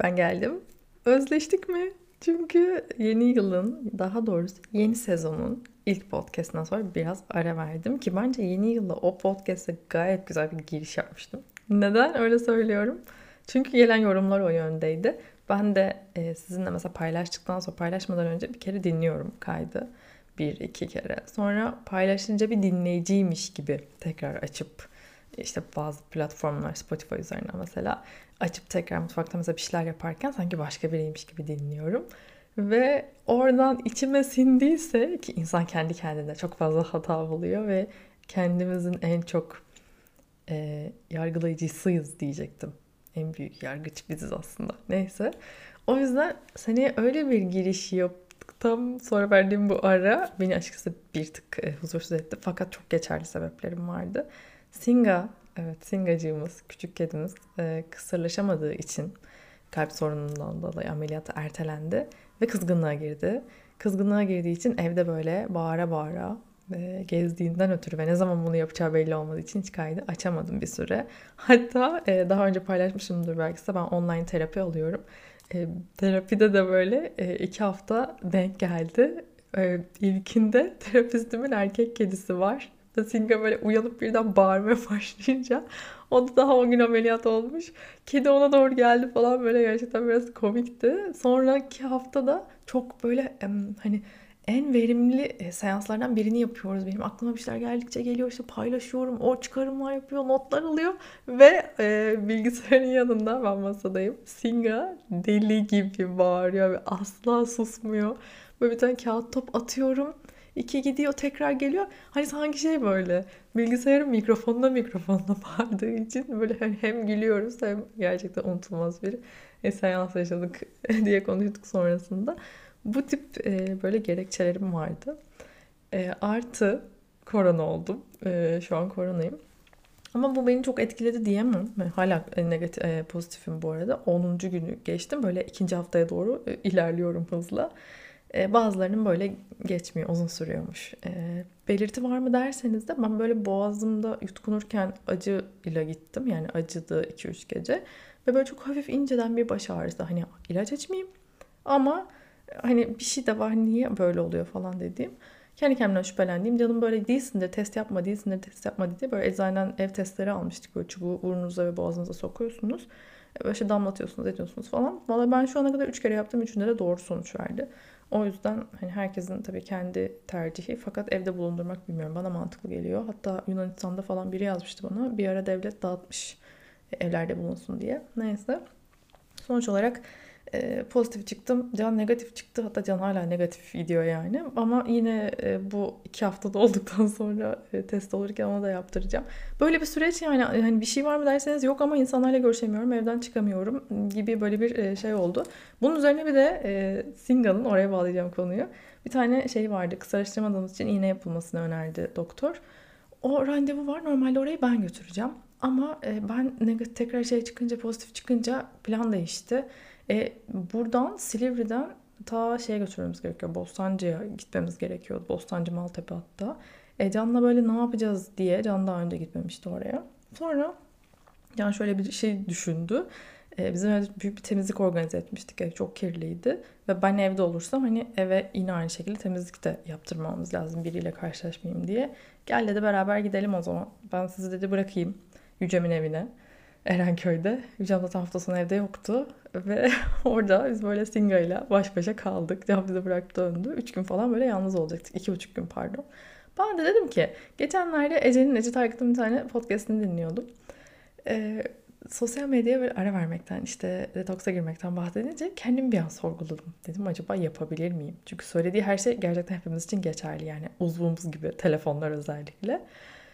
Ben geldim. Özleştik mi? Çünkü yeni yılın, daha doğrusu yeni sezonun ilk podcast'ından sonra biraz ara verdim ki bence yeni yılla o podcast'e gayet güzel bir giriş yapmıştım. Neden öyle söylüyorum? Çünkü gelen yorumlar o yöndeydi. Ben de sizinle mesela paylaştıktan sonra paylaşmadan önce bir kere dinliyorum kaydı. Bir iki kere. Sonra paylaşınca bir dinleyiciymiş gibi tekrar açıp işte bazı platformlar Spotify üzerinden mesela açıp tekrar mutfakta mesela bir şeyler yaparken sanki başka biriymiş gibi dinliyorum. Ve oradan içime sindiyse ki insan kendi kendine çok fazla hata buluyor ve kendimizin en çok yargılayıcısıyız diyecektim. En büyük yargıç biziz aslında. Neyse. O yüzden seneye öyle bir giriş yaptıktan sonra verdiğim bu ara beni açıkçası bir tık huzursuz etti. Fakat çok geçerli sebeplerim vardı. Singa, evet Singacığımız, küçük kedimiz kısırlaşamadığı için kalp sorunundan dolayı ameliyatı ertelendi ve kızgınlığa girdi. Kızgınlığa girdiği için evde böyle bağıra bağıra gezdiğinden ötürü ve ne zaman bunu yapacağı belli olmadığı için hiç kaydı açamadım bir süre. Hatta daha önce paylaşmışımdır belki de ben online terapi alıyorum. Terapide de böyle 2 hafta denk geldi. İlkinde terapistimin erkek kedisi var. Singa böyle uyanıp birden bağırmaya başlayınca o da daha o gün ameliyat olmuş. Kedi ona doğru geldi falan böyle gerçekten biraz komikti. Sonraki haftada çok böyle hani en verimli seanslardan birini yapıyoruz. Benim aklıma bir şeyler geldikçe geliyor işte paylaşıyorum. O çıkarımlar yapıyor, notlar alıyor. Ve bilgisayarın yanında ben masadayım. Singa deli gibi bağırıyor ve asla susmuyor. Böyle bir tane kağıt top atıyorum. İki gidiyor tekrar geliyor. Hani sanki şey böyle bilgisayarın mikrofonla bağırdığı için böyle hem gülüyoruz hem gerçekten unutulmaz bir seans yaşadık diye konuştuk sonrasında. Bu tip böyle gerekçelerim vardı. Artı korona oldum. Şu an koronayım. Ama bu beni çok etkiledi diyemem. Hala negatif, pozitifim bu arada. 10. günü geçtim. Böyle ikinci haftaya doğru ilerliyorum hızla. Bazılarının böyle geçmiyor, uzun sürüyormuş. Belirti var mı derseniz de ben böyle boğazımda yutkunurken acı ile gittim. Yani acıdı 2-3 gece. Ve böyle çok hafif inceden bir baş ağrısı. Hani ilaç içmeyeyim ama hani bir şey de var niye böyle oluyor falan dediğim. Kendi kendimden şüphelendiğim canım böyle değilsindir test yapma değilsindir test yapma diye böyle eczaneden ev testleri almıştık. Böyle çubuğu burnunuza ve boğazınıza sokuyorsunuz. Böyle şey damlatıyorsunuz ediyorsunuz falan. Valla ben şu ana kadar 3 kere yaptım. Üçünde de doğru sonuç verdi. O yüzden hani herkesin tabii kendi tercihi fakat evde bulundurmak bilmiyorum bana mantıklı geliyor. Hatta Yunanistan'da falan biri yazmıştı bana bir ara devlet dağıtmış evlerde bulunsun diye. Neyse. Sonuç olarak pozitif çıktım. Can negatif çıktı. Hatta Can hala negatif gidiyor yani. Ama yine bu 2 haftada olduktan sonra test olurken ona da yaptıracağım. Böyle bir süreç yani hani bir şey var mı derseniz yok ama insanlarla görüşemiyorum, evden çıkamıyorum gibi böyle bir şey oldu. Bunun üzerine bir de Singa'nın oraya bağlayacağım konuyu. Bir tane şey vardı. Kısırlaştıramadığımız için iğne yapılmasını önerdi doktor. O randevu var. Normalde orayı ben götüreceğim. Ama ben negatif tekrar şey çıkınca pozitif çıkınca plan değişti. Buradan Silivri'den ta şeye götürmemiz gerekiyor. Bostancı'ya gitmemiz gerekiyor. Bostancı Maltepe hatta. Can'la böyle ne yapacağız diye Can daha önce gitmemişti oraya. Sonra Can şöyle bir şey düşündü. Bizim evde büyük bir temizlik organize etmiştik. Ev çok kirliydi. Ve ben evde olursam hani eve yine aynı şekilde temizlik de yaptırmamız lazım biriyle karşılaşmayayım diye. Gel dedi beraber gidelim o zaman. Ben sizi dedi bırakayım Yücem'in evine. Erenköy'de. Yücem zaten hafta sonu evde yoktu. Ve orada biz böyle Singa'yla baş başa kaldık. Can bizi bırakıp döndü. 3 gün falan böyle yalnız olacaktık. 2,5 gün pardon. Ben de dedim ki geçenlerde Ece Target'ın bir tane podcastini dinliyordum. Ee, Sosyal medyaya böyle ara vermekten işte detoksa girmekten bahsedince kendimi bir an sorguladım. Dedim acaba yapabilir miyim? Çünkü söylediği her şey gerçekten hepimiz için geçerli yani uzvumuz gibi telefonlar özellikle.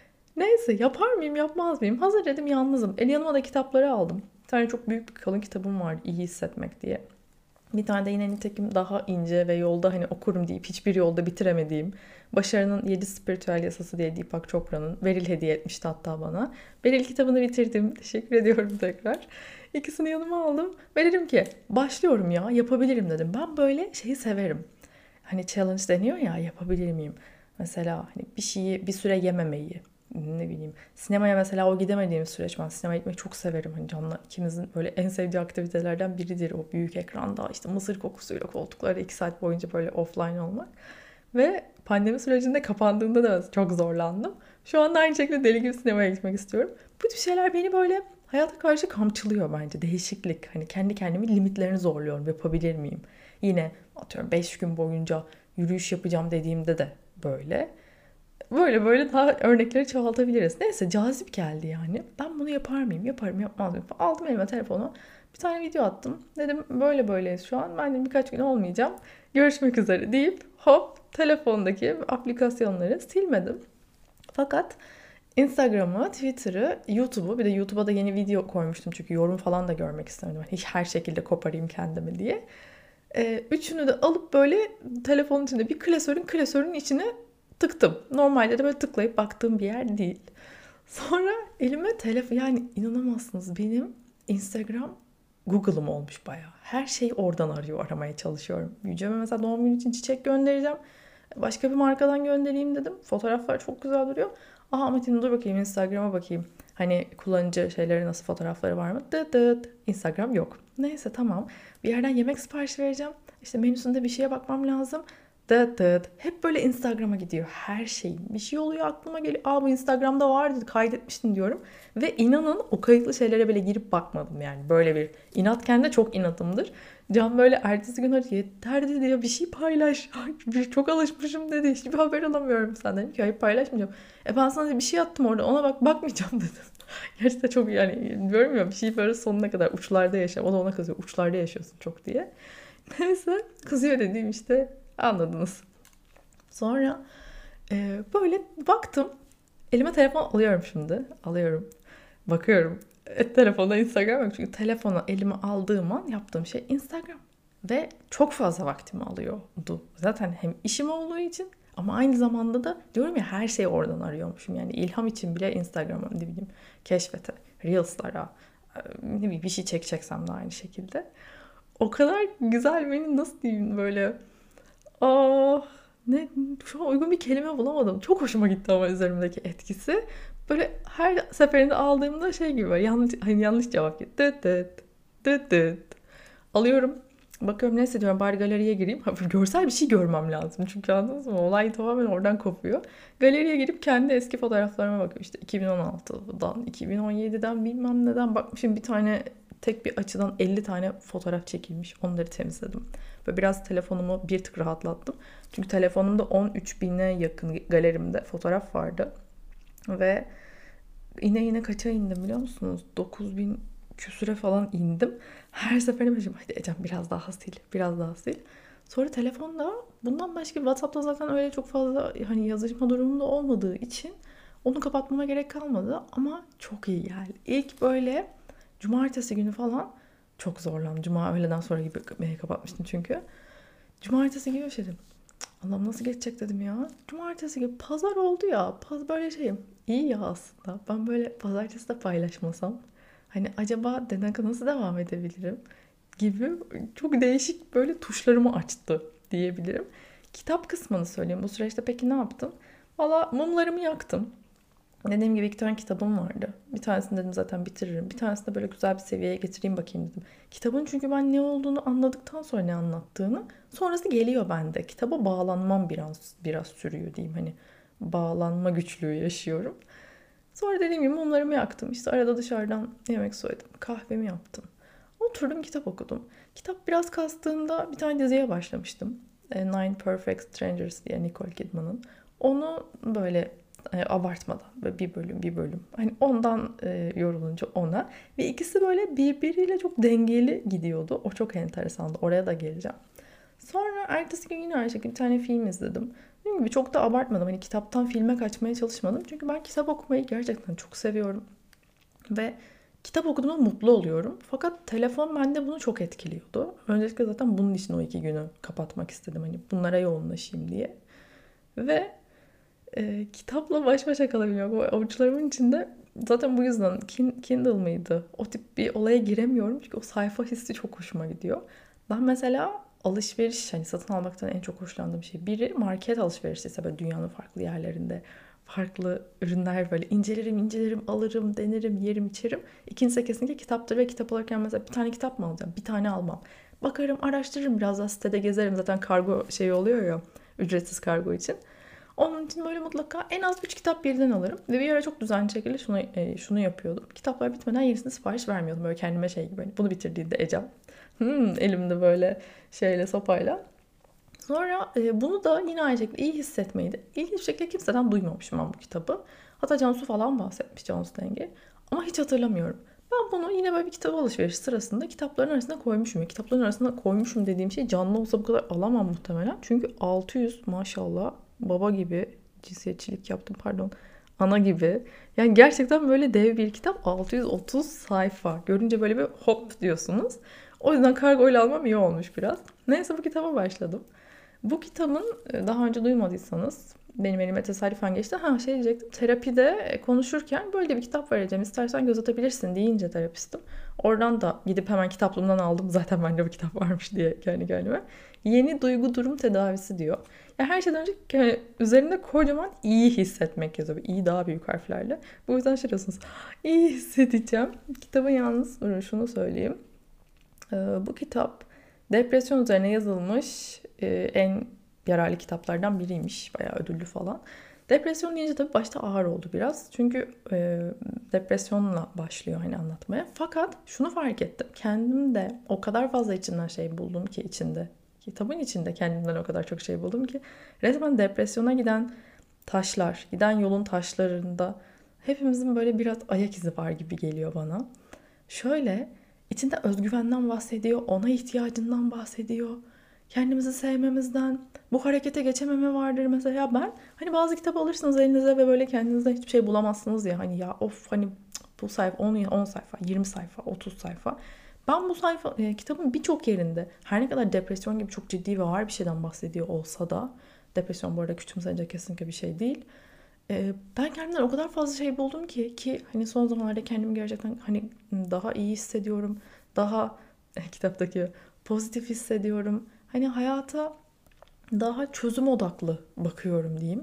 Neyse yapar mıyım yapmaz mıyım? Hazır dedim yalnızım. Yanıma da kitapları aldım. Bir tane çok büyük bir kalın kitabım vardı iyi hissetmek diye. Bir tane de yine nitekim daha ince ve yolda hani okurum deyip hiçbir yolda bitiremediğim Başarının 7 Spiritüel Yasası diye Deepak Chopra'nın Beril hediye etmişti hatta bana. Beril kitabını bitirdim. Teşekkür ediyorum tekrar. İkisini yanıma aldım ve dedim ki başlıyorum ya yapabilirim dedim. Ben böyle şeyi severim. Hani challenge deniyor ya yapabilir miyim? Mesela hani bir şeyi bir süre yememeyi. ne bileyim sinemaya mesela o gidemediğim süreç, ben sinemaya gitmeyi çok severim. Hani Can'la ikimizin böyle en sevdiği aktivitelerden biridir o büyük ekranda işte mısır kokusuyla koltuklarda 2 saat boyunca böyle offline olmak. Ve pandemi sürecinde kapandığında da çok zorlandım. Şu anda aynı şekilde deli gibi sinemaya gitmek istiyorum. Bu tür şeyler beni böyle hayata karşı kamçılıyor bence. Değişiklik. Hani kendi kendimin limitlerini zorluyorum. Yapabilir miyim? Yine atıyorum 5 gün boyunca yürüyüş yapacağım dediğimde de böyle. Böyle böyle daha örnekleri çoğaltabiliriz. Neyse cazip geldi yani. Ben bunu yapar mıyım? Yaparım, yapmaz mıyım? Aldım elime telefonu. Bir tane video attım. Dedim böyle böyleyiz şu an. Ben de birkaç gün olmayacağım. Görüşmek üzere deyip hop telefondaki aplikasyonları silmedim. Fakat Instagram'ı, Twitter'ı, YouTube'u, bir de YouTube'a da yeni video koymuştum. Çünkü yorum falan da görmek istemedim. Hiç her şekilde koparayım kendimi diye. Üçünü de alıp böyle telefonun içinde bir klasörün içine tıktım. Normalde de böyle tıklayıp baktığım bir yer değil. Sonra elime telefon, yani inanamazsınız, benim Instagram Google'ım olmuş bayağı. Her şeyi oradan aramaya çalışıyorum. Yüce'me mesela doğum günü için çiçek göndereceğim. Başka bir markadan göndereyim dedim. Fotoğraflar çok güzel duruyor. Aha ama şimdi dur bakayım Instagram'a bakayım. Hani kullanıcı şeyleri nasıl, fotoğrafları var mı? Dıt dıt. Instagram yok. Neyse tamam. Bir yerden yemek siparişi vereceğim. İşte menüsünde bir şeye bakmam lazım. Dıt dıt. Hep böyle Instagram'a gidiyor her şey. Bir şey oluyor aklıma geliyor. Aa bu Instagram'da vardı, kaydetmiştim diyorum. Ve inanın o kayıtlı şeylere bile girip bakmadım yani. Böyle bir inatken de çok inatımdır. Can böyle ertesi gün aradı, yeter dedi ya bir şey paylaş. Çok alışmışım dedi. Hiçbir haber alamıyorum senden. Dedim ki hayır paylaşmayacağım. Ben sana bir şey attım orada, ona bakmayacağım dedim. Gerçekten çok yani diyorum ya, bir şey böyle sonuna kadar uçlarda yaşa. O da ona kızıyor. Uçlarda yaşıyorsun çok diye. Neyse kızıyor dediğim işte, anladınız. Sonra böyle baktım. Elime telefon alıyorum şimdi. Alıyorum. Bakıyorum. Telefona Instagram yok. Çünkü telefonu elime aldığım an yaptığım şey Instagram. Ve çok fazla vaktimi alıyordu. Zaten hem işim olduğu için ama aynı zamanda da diyorum ya her şeyi oradan arıyormuşum. Yani ilham için bile Instagram'a, ne bileyim, keşfete, Reels'lara, ne bileyim bir şey çekeceksem de aynı şekilde. O kadar güzel, beni nasıl diyeyim böyle. Ah, ne, şu an uygun bir kelime bulamadım. Çok hoşuma gitti ama üzerimdeki etkisi. Böyle her seferinde aldığımda şey gibi böyle yanlış, hani yanlış cevap gibi. Dıt dıt dıt dıt. Alıyorum. Bakıyorum ne hissediyorum, bari galeriye gireyim. Görsel bir şey görmem lazım. Çünkü anladınız mı? Olay tamamen oradan kopuyor. Galeriye girip kendi eski fotoğraflarıma bakıyorum. İşte 2016'dan, 2017'den bilmem neden bakmışım. Bir tane tek bir açıdan 50 tane fotoğraf çekilmiş. Onları temizledim. Böyle biraz telefonumu bir tık rahatlattım. Çünkü telefonumda 13 bine yakın galerimde fotoğraf vardı. Ve yine kaça indim biliyor musunuz? 9.000 küsüre falan indim. Her seferinde başım hadi Ecem biraz daha sil, biraz daha sil. Sonra telefonda bundan başka, WhatsApp'ta zaten öyle çok fazla hani yazışma durumunda olmadığı için onu kapatmama gerek kalmadı. Ama çok iyi geldi. İlk böyle cumartesi günü falan çok zorlandım. Cuma öğleden sonra gibi kapatmıştım çünkü. Cumartesi gibi şey dedim. Allah'ım nasıl geçecek dedim ya. Cumartesi gibi pazar oldu ya. Böyle şeyim. İyi ya aslında. Ben böyle pazartesi de paylaşmasam. Hani acaba nasıl devam edebilirim gibi çok değişik böyle tuşlarımı açtı diyebilirim. Kitap kısmını söyleyeyim. Bu süreçte peki ne yaptım? Valla mumlarımı yaktım. Dediğim gibi 2 tane kitabım vardı. Bir tanesini dedim zaten bitiririm. Bir tanesini de böyle güzel bir seviyeye getireyim bakayım dedim. Kitabın çünkü ben ne olduğunu anladıktan sonra ne anlattığını, sonrası geliyor bende. Kitaba bağlanmam biraz sürüyor diyeyim. Hani bağlanma güçlüğü yaşıyorum. Sonra dediğim gibi mumlarımı yaktım. İşte arada dışarıdan yemek söyledim. Kahvemi yaptım. Oturdum kitap okudum. Kitap biraz kastığında bir tane diziye başlamıştım. Nine Perfect Strangers diye, Nicole Kidman'ın. Onu böyle abartmadan böyle bir bölüm. Hani ondan yorulunca ona. Ve ikisi böyle birbiriyle çok dengeli gidiyordu. O çok enteresandı. Oraya da geleceğim. Sonra ertesi gün yine aynı şekilde bir tane film izledim. Dediğim gibi çok da abartmadım. Hani kitaptan filme kaçmaya çalışmadım. Çünkü ben kitap okumayı gerçekten çok seviyorum. Ve kitap okuduğumda mutlu oluyorum. Fakat telefon bende bunu çok etkiliyordu. Öncelikle zaten bunun için o 2 günü kapatmak istedim. Hani bunlara yoğunlaşayım diye. Ve kitapla baş başa kalabilmek. O avuçlarımın içinde zaten bu yüzden Kindle mıydı? O tip bir olaya giremiyorum. Çünkü o sayfa hissi çok hoşuma gidiyor. Ben mesela alışveriş, hani satın almaktan en çok hoşlandığım şey. Biri market alışverişi ise böyle dünyanın farklı yerlerinde farklı ürünler böyle incelerim, alırım, denerim, yerim, içerim. İkincisi kesinlikle kitaptır ve kitap alırken mesela bir tane kitap mı alacağım? Bir tane almam. Bakarım, araştırırım, biraz daha sitede gezerim. Zaten kargo şey oluyor ya, ücretsiz kargo için. Onun için böyle mutlaka en az 3 kitap birden alırım. Ve bir ara çok düzenli şekilde şunu yapıyordum. Kitaplar bitmeden yenisini sipariş vermiyordum. Böyle kendime şey gibi. Hani bunu bitirdiğinde Ecem. Elimde böyle şeyle, sopayla. Sonra bunu da yine aynı şekilde iyi hissetmeydi. İlginç bir şekilde kimseden duymamışım ben bu kitabı. Hatta Cansu falan bahsetmiş, Cansu Denge. Ama hiç hatırlamıyorum. Ben bunu yine böyle bir kitap alışveriş sırasında kitapların arasına koymuşum. Kitapların arasına koymuşum dediğim şey canlı olsa bu kadar alamam muhtemelen. Çünkü 600 maşallah baba gibi, cinsiyetçilik yaptım pardon, ana gibi. Yani gerçekten böyle dev bir kitap, 630 sayfa. Görünce böyle bir hop diyorsunuz. O yüzden kargoyla almam iyi olmuş biraz. Neyse bu kitaba başladım. Bu kitabın daha önce duymadıysanız benim elime tesadüfen geçti. Şey diyecektim. Terapide konuşurken böyle bir kitap vereceğim, İstersen göz atabilirsin deyince terapistim. Oradan da gidip hemen kitaplığımdan aldım. Zaten bende bu kitap varmış diye kendi kendime. Yeni duygu durum tedavisi diyor. Ya her şeyden önce yani üzerinde kocaman iyi hissetmek yazıyor. İyi daha büyük harflerle. Bu yüzden şey diyorsunuz. İyi hissedeceğim. Kitabın yalnız şunu söyleyeyim. Bu kitap depresyon üzerine yazılmış en yararlı kitaplardan biriymiş. Bayağı ödüllü falan. Depresyon deyince tabii başta ağır oldu biraz. Çünkü depresyonla başlıyor hani anlatmaya. Fakat şunu fark ettim. Kendimde o kadar fazla içinden şey buldum ki içinde. Kitabın içinde kendimden o kadar çok şey buldum ki. Resmen depresyona giden taşlar, giden yolun taşlarında hepimizin böyle biraz ayak izi var gibi geliyor bana. Şöyle içinde özgüvenden bahsediyor, ona ihtiyacından bahsediyor. Kendimizi sevmemizden, bu harekete geçememe vardır mesela. Ben hani bazı kitap alırsınız elinize ve böyle kendinizde hiçbir şey bulamazsınız ya. Hani ya of hani bu sayfa 10 sayfa, 20 sayfa, 30 sayfa. Ben bu kitabın birçok yerinde her ne kadar depresyon gibi çok ciddi ve ağır bir şeyden bahsediyor olsa da, depresyon bu arada küçümsence kesinlikle bir şey değil. Ben kendimden o kadar fazla şey buldum ki hani son zamanlarda kendimi gerçekten hani daha iyi hissediyorum. Daha kitaptaki pozitif hissediyorum. Hani hayata daha çözüm odaklı bakıyorum diyeyim.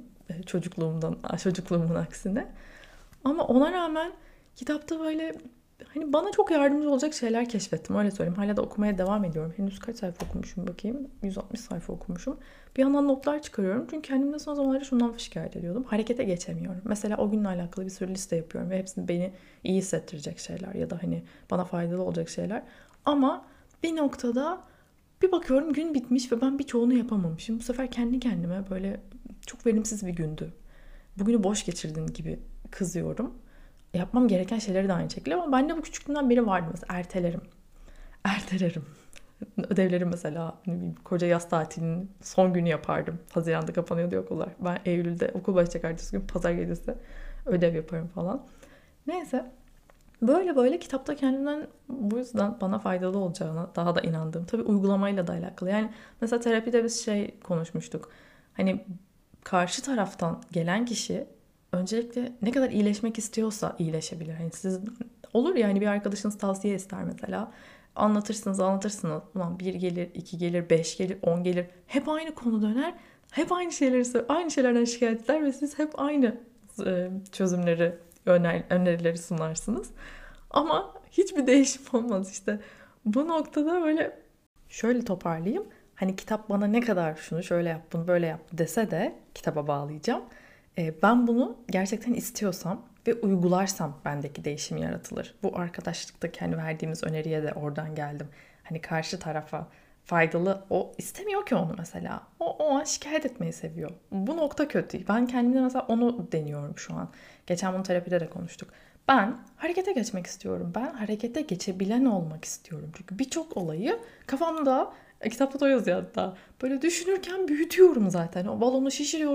Çocukluğumun aksine. Ama ona rağmen kitapta böyle hani bana çok yardımcı olacak şeyler keşfettim, öyle söyleyeyim. Hala da okumaya devam ediyorum. Henüz kaç sayfa okumuşum bakayım. 160 sayfa okumuşum. Bir yandan notlar çıkarıyorum. Çünkü kendimde son zamanlarda şundan şikayet ediyordum. Harekete geçemiyorum. Mesela o günle alakalı bir sürü liste yapıyorum ve hepsini beni iyi hissettirecek şeyler ya da hani bana faydalı olacak şeyler. Ama bir noktada bir bakıyorum gün bitmiş ve ben birçoğunu yapamamışım. Bu sefer kendi kendime böyle çok verimsiz bir gündü, bugünü boş geçirdin gibi kızıyorum. Yapmam gereken şeyleri de aynı şekilde ama bende bu küçüklüğümden beri vardı mesela ertelerim. Ertelerim. Ödevleri mesela koca yaz tatilinin son günü yapardım. Haziran'da kapanıyordu okullar. Ben Eylül'de okul başlayacak ertesi gün pazar gecesi ödev yaparım falan. Neyse. Böyle böyle kitapta kendimden bu yüzden bana faydalı olacağına daha da inandım. Tabii uygulamayla da alakalı. Yani mesela terapide biz şey konuşmuştuk. Hani karşı taraftan gelen kişi öncelikle ne kadar iyileşmek istiyorsa iyileşebilir. Hani siz olur ya hani bir arkadaşınız tavsiye ister mesela. Anlatırsınız. Ulan bir gelir, iki gelir, beş gelir, 10 gelir. Hep aynı konu döner. Hep aynı şeyleri söyler, aynı şeylerden şikayet eder ve siz hep aynı çözümleri, önerileri sunarsınız. Ama hiçbir değişim olmaz işte. Bu noktada böyle şöyle toparlayayım. Hani kitap bana ne kadar şunu şöyle yap, bunu böyle yap dese de kitaba bağlayacağım. Ben bunu gerçekten istiyorsam ve uygularsam bendeki değişim yaratılır. Bu arkadaşlıkta kendi verdiğimiz öneriye de oradan geldim. Hani karşı tarafa faydalı, o istemiyor ki onu mesela. O an şikayet etmeyi seviyor. Bu nokta kötü. Ben kendimde mesela onu deniyorum şu an. Geçen bunu terapide de konuştuk. Ben harekete geçmek istiyorum. Ben harekete geçebilen olmak istiyorum. Çünkü birçok olayı kafamda, kitapta da yazıyor hatta. Böyle düşünürken büyütüyorum zaten. O balonu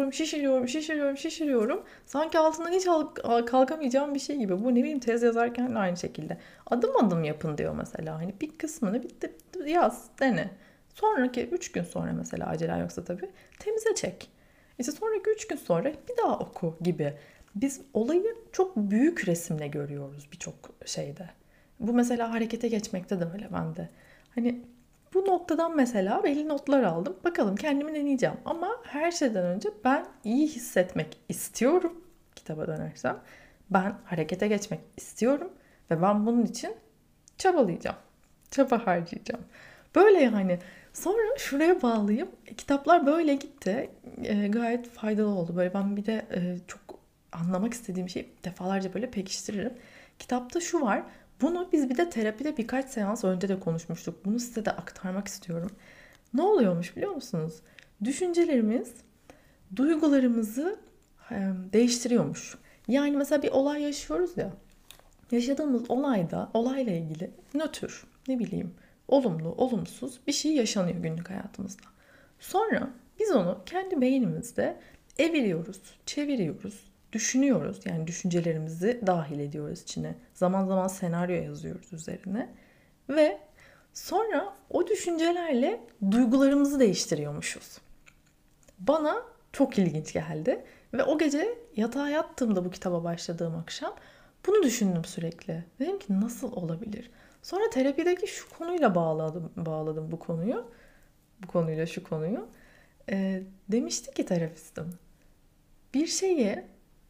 şişiriyorum. Sanki altından hiç kalkamayacağım bir şey gibi. Bu ne bileyim tez yazarken de aynı şekilde. Adım adım yapın diyor mesela. Hani bir kısmını yaz, dene. Sonraki 3 gün sonra mesela acelen yoksa tabii temize çek. İşte sonraki 3 gün sonra bir daha oku gibi. Biz olayı çok büyük resimle görüyoruz birçok şeyde. Bu mesela harekete geçmekte de öyle bende. Hani bu noktadan mesela belli notlar aldım. Bakalım kendimi deneyeceğim. Ama her şeyden önce ben iyi hissetmek istiyorum. kitaba dönersem. Ben harekete geçmek istiyorum ve ben bunun için çabalayacağım. Çaba harcayacağım. Böyle yani. Sonra şuraya bağlayayım. Kitaplar böyle gitti. Gayet faydalı oldu. Böyle ben bir de çok anlamak istediğim şeyi defalarca böyle pekiştiririm. Kitapta şu var. Bunu biz bir de terapide birkaç seans önce de konuşmuştuk. Bunu size de aktarmak istiyorum. Ne oluyormuş biliyor musunuz? Düşüncelerimiz duygularımızı değiştiriyormuş. Yani mesela bir olay yaşıyoruz ya. Yaşadığımız olayla ilgili nötr, ne bileyim, olumlu, olumsuz bir şey yaşanıyor günlük hayatımızda. Sonra biz onu kendi beynimizde eviriyoruz, çeviriyoruz, düşünüyoruz. Yani düşüncelerimizi dahil ediyoruz içine. Zaman zaman senaryo yazıyoruz üzerine. Ve sonra o düşüncelerle duygularımızı değiştiriyormuşuz. Bana çok ilginç geldi. Ve o gece yatağa yattığımda bu kitaba başladığım akşam bunu düşündüm sürekli. Dedim ki nasıl olabilir? Sonra terapideki şu konuyla bağladım bu konuyu. Bu konuyla şu konuyu. Demişti ki terapistim. Bir şeyi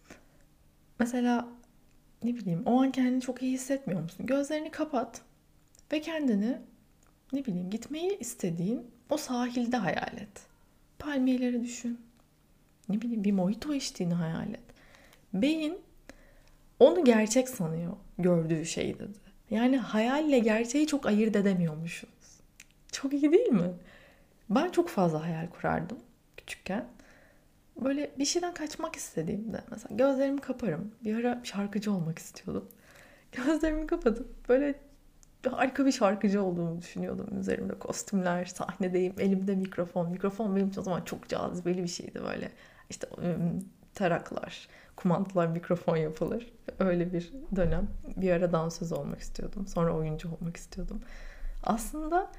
mesela ne bileyim o an kendini çok iyi hissetmiyor musun? Gözlerini kapat ve kendini ne bileyim gitmeyi istediğin o sahilde hayal et. Palmiyeleri düşün. Ne bileyim bir mojito içtiğini hayal et. Beyin onu gerçek sanıyor gördüğü şey dedi. Yani hayalle gerçeği çok ayırt edemiyormuşuz. Çok iyi değil mi? Ben çok fazla hayal kurardım küçükken. Böyle bir şeyden kaçmak istediğimde mesela gözlerimi kaparım. Bir ara şarkıcı olmak istiyordum. Gözlerimi kapatıp böyle harika bir şarkıcı olduğumu düşünüyordum. Üzerimde kostümler, sahnedeyim, elimde mikrofon. Mikrofon benim için o zaman çok cazibeli bir şeydi böyle. İşte taraklar, kumandalar, mikrofon yapılır. Öyle bir dönem. Bir ara dansöz olmak istiyordum. Sonra oyuncu olmak istiyordum. Aslında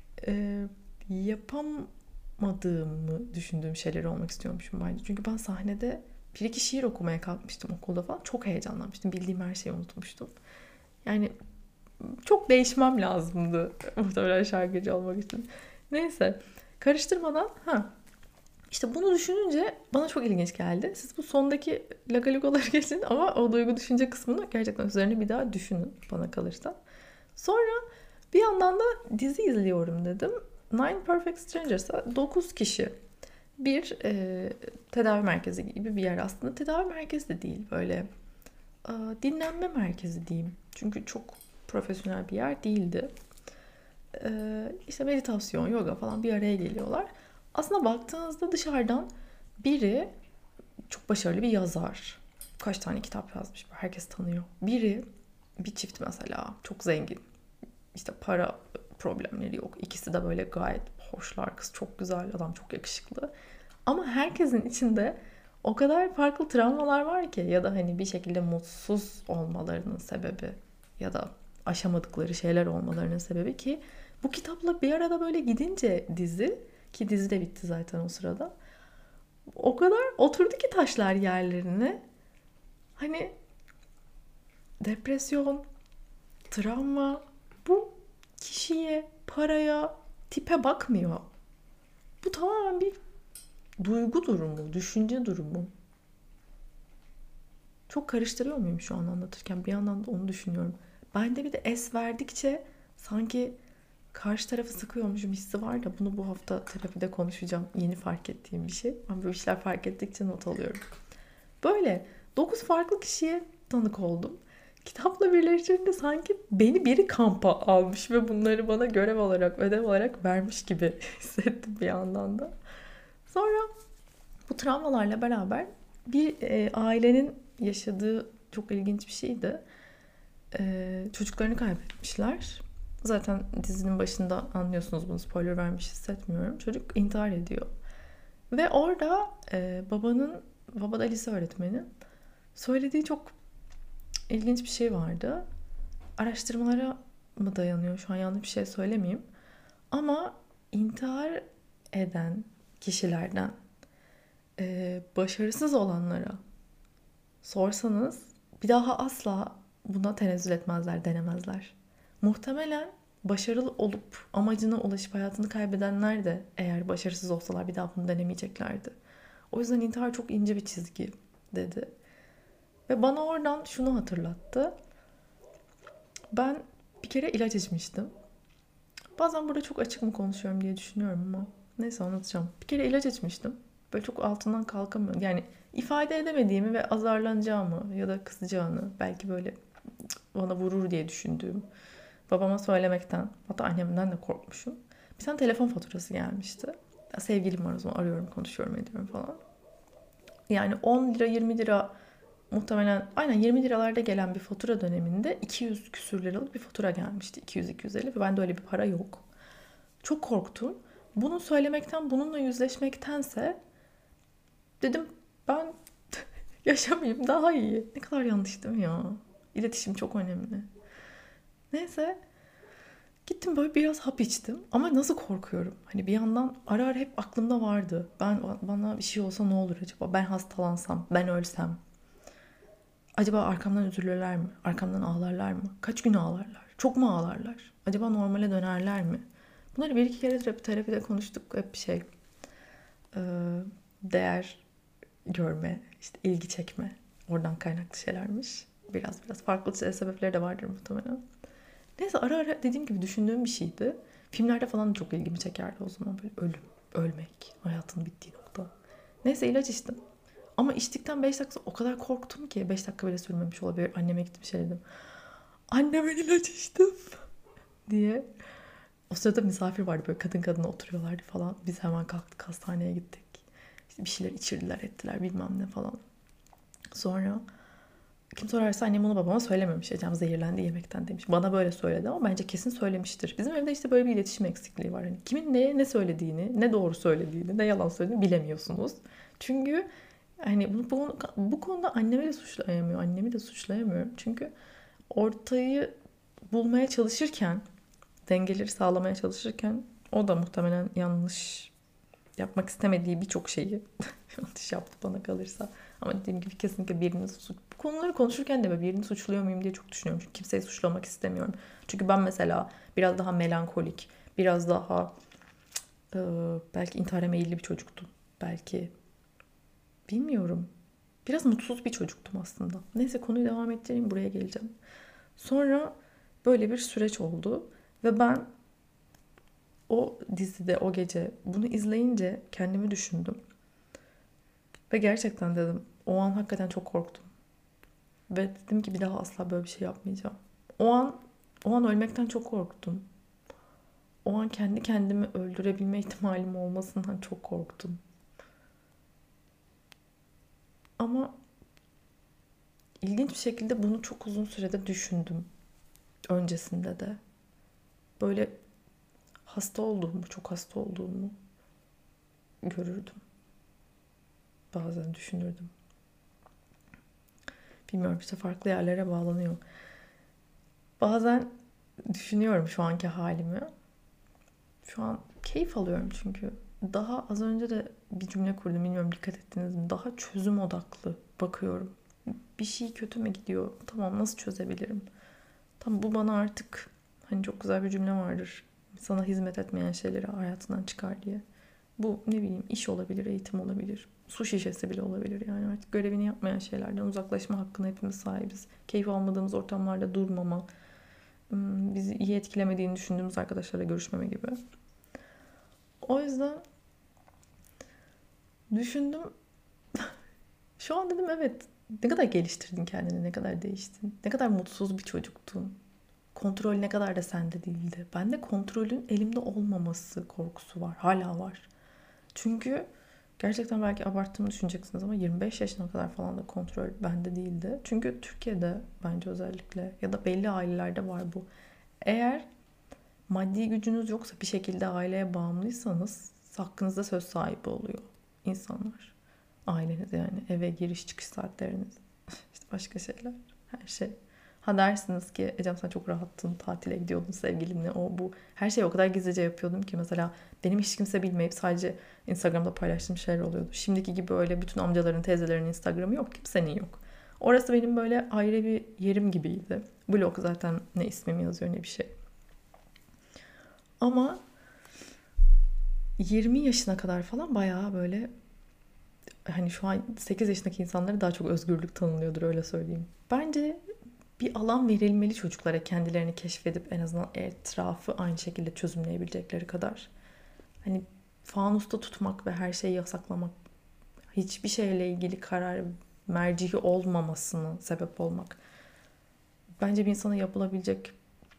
yapamadığımı düşündüğüm şeyleri olmak istiyormuşum bence. Çünkü ben sahnede bir iki şiir okumaya kalkmıştım okulda falan. Çok heyecanlanmıştım. Bildiğim her şeyi unutmuştum. Yani çok değişmem lazımdı muhtemelen şarkıcı olmak için. Neyse. Karıştırmadan işte bunu düşününce bana çok ilginç geldi. Siz bu sondaki lagalugaları geçin ama o duygu düşünce kısmını gerçekten üzerine bir daha düşünün bana kalırsa. Sonra bir yandan da dizi izliyorum dedim. Nine Perfect Strangers'a 9 kişi bir tedavi merkezi gibi bir yer aslında. Tedavi merkezi de değil böyle dinlenme merkezi diyeyim. Çünkü çok profesyonel bir yer değildi. İşte meditasyon, yoga falan bir araya geliyorlar. Aslında baktığınızda dışarıdan biri çok başarılı bir yazar. Kaç tane kitap yazmış, herkes tanıyor. Biri bir çift mesela çok zengin. İşte para problemleri yok. İkisi de böyle gayet hoşlar. Kız çok güzel, adam çok yakışıklı. Ama herkesin içinde o kadar farklı travmalar var ki ya da hani bir şekilde mutsuz olmalarının sebebi ya da aşamadıkları şeyler olmalarının sebebi ki bu kitapla bir arada böyle gidince dizi ki dizi de bitti zaten o sırada. O kadar oturdu ki taşlar yerlerine. Hani depresyon, travma bu kişiye, paraya, tipe bakmıyor. Bu tamamen bir duygu durumu, düşünce durumu. Çok karıştırıyor muyum şu an anlatırken? Bir yandan da onu düşünüyorum. Bende bir de es verdikçe sanki karşı tarafı sıkıyormuşum hissi var da bunu bu hafta terapide konuşacağım. Yeni fark ettiğim bir şey. Ben böyle şeyler fark ettikçe not alıyorum. Böyle 9 farklı kişiye tanık oldum. Kitapla birleştirince sanki beni biri kampa almış ve bunları bana görev olarak, ödev olarak vermiş gibi hissettim bir yandan da. Sonra bu travmalarla beraber bir ailenin yaşadığı çok ilginç bir şeydi. Çocuklarını kaybetmişler. Zaten dizinin başında anlıyorsunuz bunu, spoiler vermiş hissetmiyorum. Çocuk intihar ediyor. Ve orada baba da lise öğretmeni söylediği çok ilginç bir şey vardı. Araştırmalara mı dayanıyor? Şu an yanlış bir şey söylemeyeyim. Ama intihar eden kişilerden başarısız olanlara sorsanız bir daha asla buna tenezzül etmezler, denemezler. Muhtemelen başarılı olup amacına ulaşıp hayatını kaybedenler de eğer başarısız olsalar bir daha bunu denemeyeceklerdi. O yüzden intihar çok ince bir çizgi dedi. Ve bana oradan şunu hatırlattı. Ben bir kere ilaç içmiştim. Bazen burada çok açık mı konuşuyorum diye düşünüyorum ama neyse anlatacağım. Bir kere ilaç içmiştim. Böyle çok altından kalkamıyorum. Yani ifade edemediğimi ve azarlanacağımı ya da kızacağını, belki böyle bana vurur diye düşündüğüm, babama söylemekten, hatta annemden de korkmuşum. Bir tane telefon faturası gelmişti. Ya sevgilim var o zaman, arıyorum, konuşuyorum, ediyorum falan. Yani 10 lira 20 lira, muhtemelen aynen 20 liralarda gelen bir fatura döneminde 200 küsür liralık bir fatura gelmişti. 200-250 ve bende öyle bir para yok. Çok korktum. Bunu söylemekten, bununla yüzleşmektense dedim ben yaşamayayım daha iyi. Ne kadar yanlış değil mi ya? İletişim çok önemli. Neyse, gittim böyle biraz hap içtim. Ama nasıl korkuyorum. Hani bir yandan ara ara hep aklımda vardı. Bana bir şey olsa ne olur acaba? Ben hastalansam, ben ölsem. Acaba arkamdan üzülürler mi? Arkamdan ağlarlar mı? Kaç gün ağlarlar? Çok mu ağlarlar? Acaba normale dönerler mi? Bunları bir iki kere terapide konuştuk. Hep e, değer görme, işte ilgi çekme. Oradan kaynaklı şeylermiş. Biraz farklı sebepleri de vardır muhtemelen. Neyse, ara ara dediğim gibi düşündüğüm bir şeydi. Filmlerde falan da çok ilgimi çekerdi o zaman, böyle ölüm, ölmek, hayatın bittiği nokta. Neyse, ilaç içtim. Ama içtikten 5 dakika o kadar korktum ki, 5 dakika bile sürmemiş olabilir. Anneme gittim, şey dedim. Anne, ben ilaç içtim diye. O sırada misafir vardı, böyle kadın kadına oturuyorlardı falan. Biz hemen kalktık, hastaneye gittik. İşte bir şeyler içirdiler ettiler bilmem ne falan. Sonra kim sorarsa annem onu babama söylememiş. Ecem zehirlendi yemekten demiş. Bana böyle söyledi ama bence kesin söylemiştir. Bizim evde işte böyle bir iletişim eksikliği var. Hani kimin neye ne söylediğini, ne doğru söylediğini, ne yalan söylediğini bilemiyorsunuz. Çünkü hani bu konuda annemi de suçlayamıyorum. Annemi de suçlayamıyorum. Çünkü ortayı bulmaya çalışırken, dengeleri sağlamaya çalışırken o da muhtemelen yanlış yapmak istemediği birçok şeyi yanlış yaptı bana kalırsa. Ama dediğim gibi kesinlikle bu konuları konuşurken de birini suçluyor muyum diye çok düşünüyorum. Çünkü kimseyi suçlamak istemiyorum. Çünkü ben mesela biraz daha melankolik, biraz daha e, belki intihara meyilli bir çocuktum. Belki bilmiyorum. Biraz mutsuz bir çocuktum aslında. Neyse, konuyu devam ettireyim, buraya geleceğim. Sonra böyle bir süreç oldu ve ben o dizide o gece bunu izleyince kendimi düşündüm. Ve gerçekten dedim, o an hakikaten çok korktum. Ve dedim ki bir daha asla böyle bir şey yapmayacağım. O an ölmekten çok korktum. O an kendi kendimi öldürebilme ihtimalim olmasından çok korktum. Ama ilginç bir şekilde bunu çok uzun sürede düşündüm. Öncesinde de. Böyle hasta olduğumu, çok hasta olduğumu görürdüm. Bazen düşünürdüm. Bilmiyorum, işte farklı yerlere bağlanıyor. Bazen düşünüyorum şu anki halimi. Şu an keyif alıyorum çünkü. Daha az önce de bir cümle kurdum, bilmiyorum dikkat ettiniz mi? Daha çözüm odaklı bakıyorum. Bir şey kötü mü gidiyor? Tamam, nasıl çözebilirim? Tamam, bu bana artık, hani çok güzel bir cümle vardır. Sana hizmet etmeyen şeyleri hayatından çıkar diye. Bu ne bileyim, iş olabilir, eğitim olabilir. Su şişesi bile olabilir yani. Artık görevini yapmayan şeylerden uzaklaşma hakkına hepimiz sahibiz. Keyif almadığımız ortamlarda durmama, bizi iyi etkilemediğini düşündüğümüz arkadaşlarla görüşmeme gibi. O yüzden düşündüm. Şu an dedim, evet, ne kadar geliştirdin kendini, ne kadar değiştin. Ne kadar mutsuz bir çocuktun. Kontrol ne kadar da sende değildi. Bende kontrolün elimde olmaması korkusu var. Hala var. Çünkü gerçekten belki abarttığımı düşüneceksiniz ama 25 yaşına kadar falan da kontrol bende değildi. Çünkü Türkiye'de bence özellikle, ya da belli ailelerde var bu. Eğer maddi gücünüz yoksa, bir şekilde aileye bağımlıysanız, hakkınızda söz sahibi oluyor insanlar. Aileniz yani, eve giriş çıkış saatleriniz, işte başka şeyler, her şey. Ha, dersiniz ki Ecem sen çok rahattın, tatile gidiyordun sevgilinle, o bu. Her şeyi o kadar gizlice yapıyordum ki mesela benim hiç kimse bilmeyip sadece Instagram'da paylaştığım şeyler oluyordu. Şimdiki gibi öyle bütün amcaların, teyzelerin Instagram'ı yok, kimsenin yok. Orası benim böyle ayrı bir yerim gibiydi. Blog zaten, ne ismim yazıyor ne bir şey. Ama 20 yaşına kadar falan bayağı böyle hani şu an 8 yaşındaki insanlara daha çok özgürlük tanınıyordur, öyle söyleyeyim. Bence bir alan verilmeli çocuklara, kendilerini keşfedip en azından etrafı aynı şekilde çözümleyebilecekleri kadar. Hani fanusta tutmak ve her şeyi yasaklamak, hiçbir şeyle ilgili karar mercihi olmamasına sebep olmak, bence bir insana yapılabilecek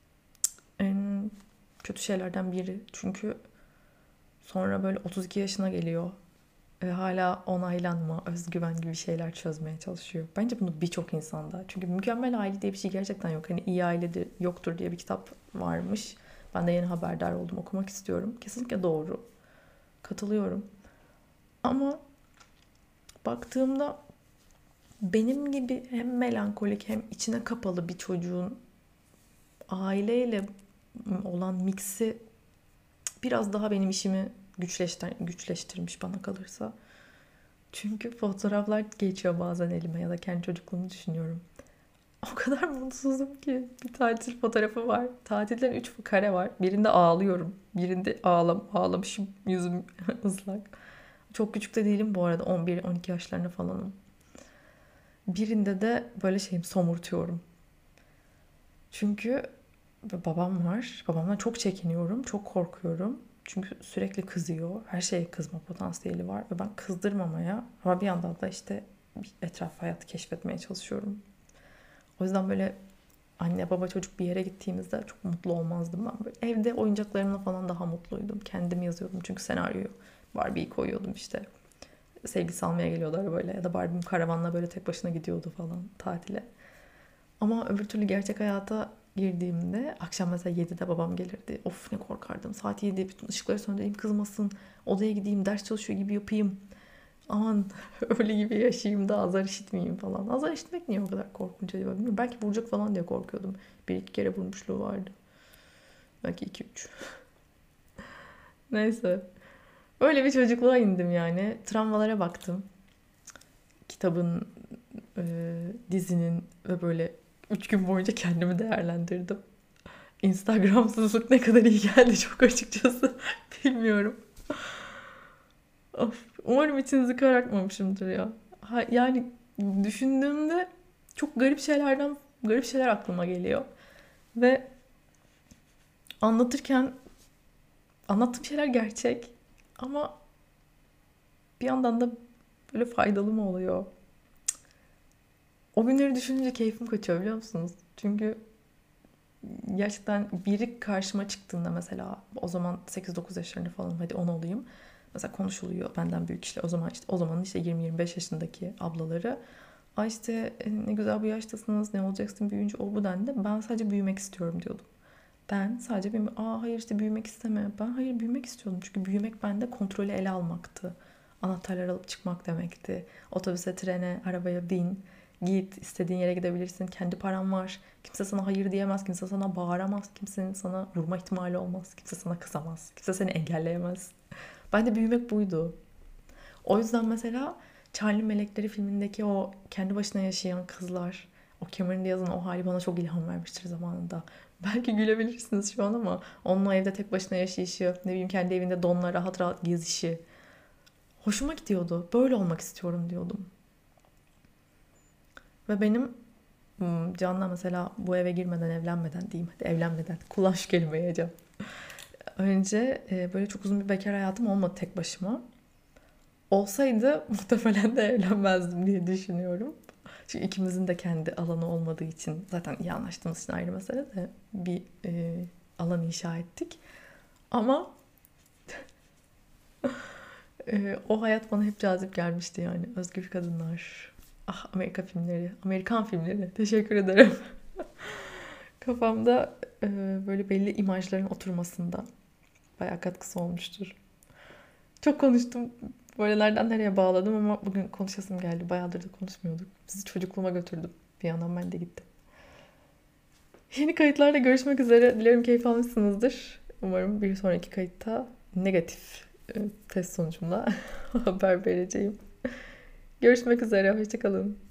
en kötü şeylerden biri. Çünkü sonra böyle 32 yaşına geliyor ve hala onaylanma, özgüven gibi şeyler çözmeye çalışıyor. Bence bunu birçok insanda. Çünkü mükemmel aile diye bir şey gerçekten yok. Hani iyi aile yoktur diye bir kitap varmış. Ben de yeni haberdar oldum, okumak istiyorum. Kesinlikle doğru. Katılıyorum. Ama baktığımda benim gibi hem melankolik hem içine kapalı bir çocuğun aileyle olan miksi biraz daha benim işimi güçleştirmiş bana kalırsa. Çünkü fotoğraflar geçiyor bazen elime ya da kendi çocukluğumu düşünüyorum. O kadar mutsuzum ki. Bir tatil fotoğrafı var. Tatilden 3 kare var. Birinde ağlıyorum. Birinde ağlamışım. Yüzüm ıslak. Çok küçük de değilim bu arada. 11-12 yaşlarında falanım. Birinde de böyle somurtuyorum. Çünkü babam var. Babamdan çok çekiniyorum. Çok korkuyorum. Çünkü sürekli kızıyor. Her şeye kızma potansiyeli var. Ve ben kızdırmamaya ama bir yandan da işte etraf hayatı keşfetmeye çalışıyorum. O yüzden böyle anne baba çocuk bir yere gittiğimizde çok mutlu olmazdım ben. Böyle evde oyuncaklarımla falan daha mutluydum. Kendim yazıyordum çünkü senaryoyu. Barbie'yi koyuyordum işte. Sevgilisi almaya geliyorlar böyle. Ya da Barbie'm karavanla böyle tek başına gidiyordu falan tatile. Ama öbür türlü gerçek hayata girdiğimde akşam mesela 7'de babam gelirdi. Of, ne korkardım. Saat 7, bütün ışıkları söndüreyim, kızmasın. Odaya gideyim, ders çalışıyor gibi yapayım. Aman öyle gibi yaşayayım da azar işitmeyeyim falan. Azar işitmek niye o kadar korkunç acaba bilmiyorum. Belki vuracak falan diye korkuyordum. Bir iki kere vurmuşluğu vardı. Belki 2-3. Neyse. Öyle bir çocukluğa indim yani. Travmalara baktım. Kitabın, dizinin ve böyle 3 gün boyunca kendimi değerlendirdim. Instagramsızlık ne kadar iyi geldi çok açıkçası. Bilmiyorum. Of, umarım içinizi karartmamışımdır ya. Yani düşündüğümde çok garip şeyler aklıma geliyor. Ve anlatırken anlattığım şeyler gerçek. Ama bir yandan da böyle faydalı mı oluyor? O günleri düşününce keyfim kaçıyor, biliyor musunuz? Çünkü gerçekten biri karşıma çıktığında, mesela o zaman 8-9 yaşlarında falan, hadi 10 olayım. Mesela konuşuluyor benden büyük işte, o zaman işte 20-25 yaşındaki ablaları. Ay işte ne güzel bu yaştasınız, ne olacaksın büyüyünce, o bu dendi. Ben sadece büyümek istiyorum diyordum. Ben sadece hayır işte büyümek isteme. Ben hayır, büyümek istiyordum. Çünkü büyümek bende kontrolü ele almaktı. Anahtarları alıp çıkmak demekti. Otobüse, trene, arabaya bin. Git, istediğin yere gidebilirsin. Kendi paran var. Kimse sana hayır diyemez. Kimse sana bağıramaz. Kimsenin sana vurma ihtimali olmaz. Kimse sana kızamaz. Kimse seni engelleyemez. Bence büyümek buydu. O yüzden mesela Charlie Melekleri filmindeki o kendi başına yaşayan kızlar, o Cameron Diaz'ın o hali bana çok ilham vermiştir zamanında. Belki gülebilirsiniz şu an ama onun o evde tek başına yaşayışı, ne bileyim kendi evinde donla rahat rahat gezişi hoşuma gidiyordu. Böyle olmak istiyorum diyordum. Ve benim Can'la mesela bu eve girmeden, evlenmeden diyeyim. Hadi evlenmeden. Kullan şu kelimeyi Ecem. Önce böyle çok uzun bir bekar hayatım olmadı tek başıma. Olsaydı muhtemelen de evlenmezdim diye düşünüyorum. Çünkü ikimizin de kendi alanı olmadığı için, zaten iyi anlaştığımız için ayrı mesele de, bir alan inşa ettik. Ama o hayat bana hep cazip gelmişti yani. Özgür kadınlar. Ah, Amerikan filmleri. Teşekkür ederim. Kafamda böyle belli imajların oturmasında bayağı katkısı olmuştur. Çok konuştum. Böylelerden nereye bağladım ama bugün konuşasım geldi. Bayağıdır da konuşmuyorduk. Sizi çocukluğuma götürdüm. Bir yandan ben de gittim. Yeni kayıtlarda görüşmek üzere. Dilerim keyif almışsınızdır. Umarım bir sonraki kayıtta negatif test sonucumla haber vereceğim. Görüşmek üzere. Hoşçakalın.